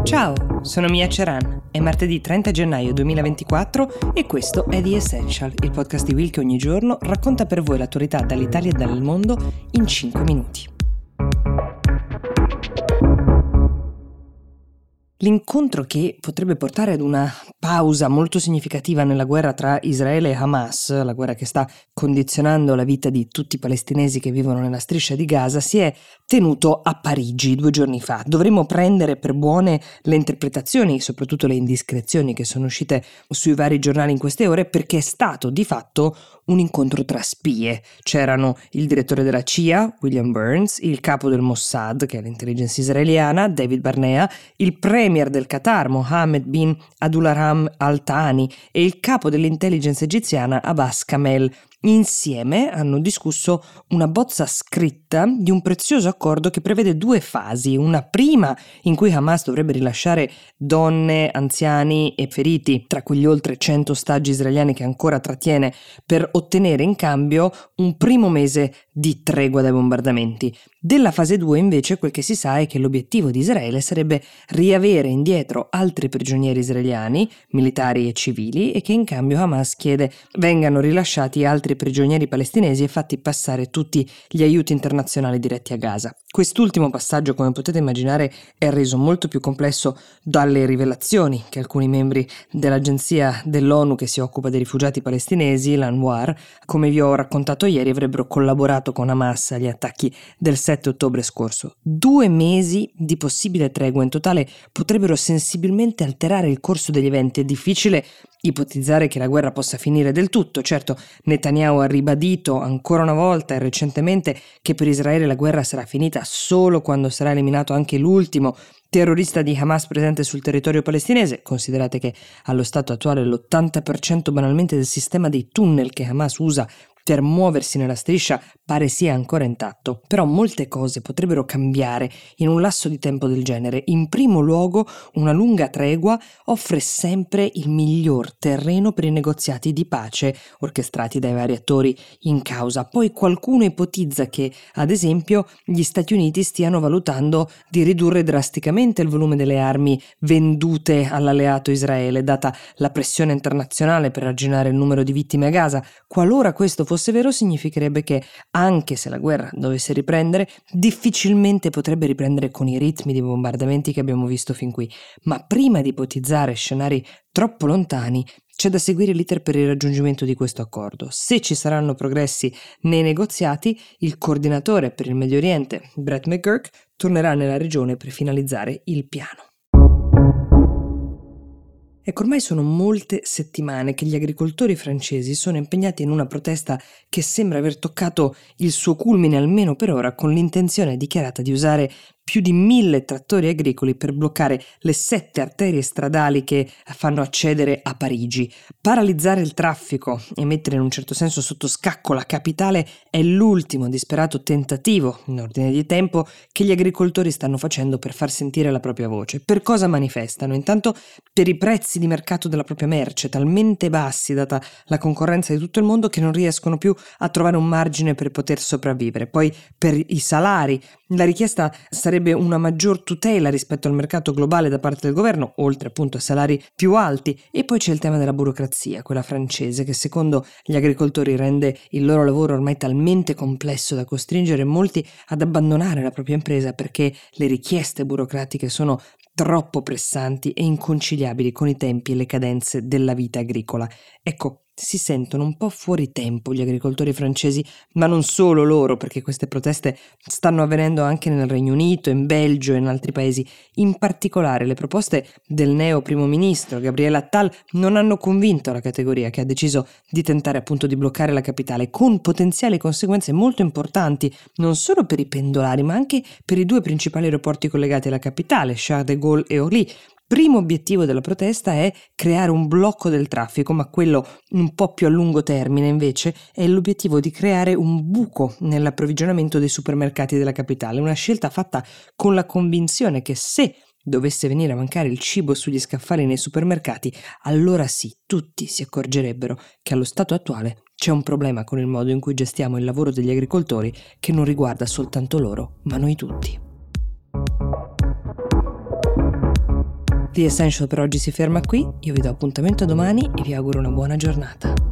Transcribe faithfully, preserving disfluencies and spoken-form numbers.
Ciao, sono Mia Ceran, è martedì trenta gennaio duemilaventiquattro e questo è The Essential, il podcast di Will che ogni giorno racconta per voi l'attualità dall'Italia e dal mondo in cinque minuti. L'incontro che potrebbe portare ad una pausa molto significativa nella guerra tra Israele e Hamas, la guerra che sta condizionando la vita di tutti i palestinesi che vivono nella striscia di Gaza, si è tenuto a Parigi due giorni fa. Dovremmo prendere per buone le interpretazioni, soprattutto le indiscrezioni che sono uscite sui vari giornali in queste ore, perché è stato di fatto un incontro tra spie. C'erano il direttore della C I A, William Burns, il capo del Mossad, che è l'intelligence israeliana, David Barnea, il premier del Qatar, Mohammed bin Abdulrahman Al Thani, e il capo dell'intelligence egiziana, Abbas Kamel. Insieme hanno discusso una bozza scritta di un prezioso accordo che prevede due fasi, una prima in cui Hamas dovrebbe rilasciare donne, anziani e feriti tra quegli oltre cento ostaggi israeliani che ancora trattiene, per ottenere in cambio un primo mese di tregua dai bombardamenti. Della fase due invece quel che si sa è che l'obiettivo di Israele sarebbe riavere indietro altri prigionieri israeliani, militari e civili, e che in cambio Hamas chiede vengano rilasciati altri prigionieri palestinesi e fatti passare tutti gli aiuti internazionali diretti a Gaza. Quest'ultimo passaggio, come potete immaginare, è reso molto più complesso dalle rivelazioni che alcuni membri dell'agenzia dell'ONU che si occupa dei rifugiati palestinesi, l'Anwar, come vi ho raccontato ieri, avrebbero collaborato con Hamas agli attacchi del sette ottobre scorso. Due mesi di possibile tregua in totale potrebbero sensibilmente alterare il corso degli eventi. È difficile ipotizzare che la guerra possa finire del tutto. Certo, Netanyahu ha ribadito ancora una volta e recentemente che per Israele la guerra sarà finita solo quando sarà eliminato anche l'ultimo terrorista di Hamas presente sul territorio palestinese. Considerate che allo stato attuale l'ottanta per cento banalmente del sistema dei tunnel che Hamas usa per muoversi nella striscia pare sia ancora intatto. Però molte cose potrebbero cambiare in un lasso di tempo del genere. In primo luogo, una lunga tregua offre sempre il miglior terreno per i negoziati di pace orchestrati dai vari attori in causa. Poi qualcuno ipotizza che, ad esempio, gli Stati Uniti stiano valutando di ridurre drasticamente il volume delle armi vendute all'alleato Israele, data la pressione internazionale per arginare il numero di vittime a Gaza. Qualora questo fosse fosse vero, significherebbe che, anche se la guerra dovesse riprendere, difficilmente potrebbe riprendere con i ritmi di bombardamenti che abbiamo visto fin qui. Ma prima di ipotizzare scenari troppo lontani, c'è da seguire l'iter per il raggiungimento di questo accordo. Se ci saranno progressi nei negoziati, il coordinatore per il Medio Oriente, Brett McGurk, tornerà nella regione per finalizzare il piano. Ecco, ormai sono molte settimane che gli agricoltori francesi sono impegnati in una protesta che sembra aver toccato il suo culmine, almeno per ora, con l'intenzione dichiarata di usare più di mille trattori agricoli per bloccare le sette arterie stradali che fanno accedere a Parigi. Paralizzare il traffico e mettere in un certo senso sotto scacco la capitale è l'ultimo disperato tentativo, in ordine di tempo, che gli agricoltori stanno facendo per far sentire la propria voce. Per cosa manifestano? Intanto per i prezzi di mercato della propria merce, talmente bassi data la concorrenza di tutto il mondo che non riescono più a trovare un margine per poter sopravvivere. Poi per i salari, la richiesta sarebbe una maggior tutela rispetto al mercato globale da parte del governo, oltre appunto a salari più alti. E poi c'è il tema della burocrazia, quella francese, che secondo gli agricoltori rende il loro lavoro ormai talmente complesso da costringere molti ad abbandonare la propria impresa perché le richieste burocratiche sono troppo pressanti e inconciliabili con i tempi e le cadenze della vita agricola. Ecco, si sentono un po' fuori tempo gli agricoltori francesi, ma non solo loro, perché queste proteste stanno avvenendo anche nel Regno Unito, in Belgio e in altri paesi. In particolare le proposte del neo primo ministro Gabriel Attal non hanno convinto la categoria, che ha deciso di tentare appunto di bloccare la capitale, con potenziali conseguenze molto importanti non solo per i pendolari ma anche per i due principali aeroporti collegati alla capitale, Charles de Gaulle e Orly. Primo obiettivo della protesta è creare un blocco del traffico, ma quello un po' più a lungo termine invece è l'obiettivo di creare un buco nell'approvvigionamento dei supermercati della capitale, una scelta fatta con la convinzione che se dovesse venire a mancare il cibo sugli scaffali nei supermercati, allora sì, tutti si accorgerebbero che allo stato attuale c'è un problema con il modo in cui gestiamo il lavoro degli agricoltori che non riguarda soltanto loro, ma noi tutti. The Essential per oggi si ferma qui, io vi do appuntamento domani e vi auguro una buona giornata.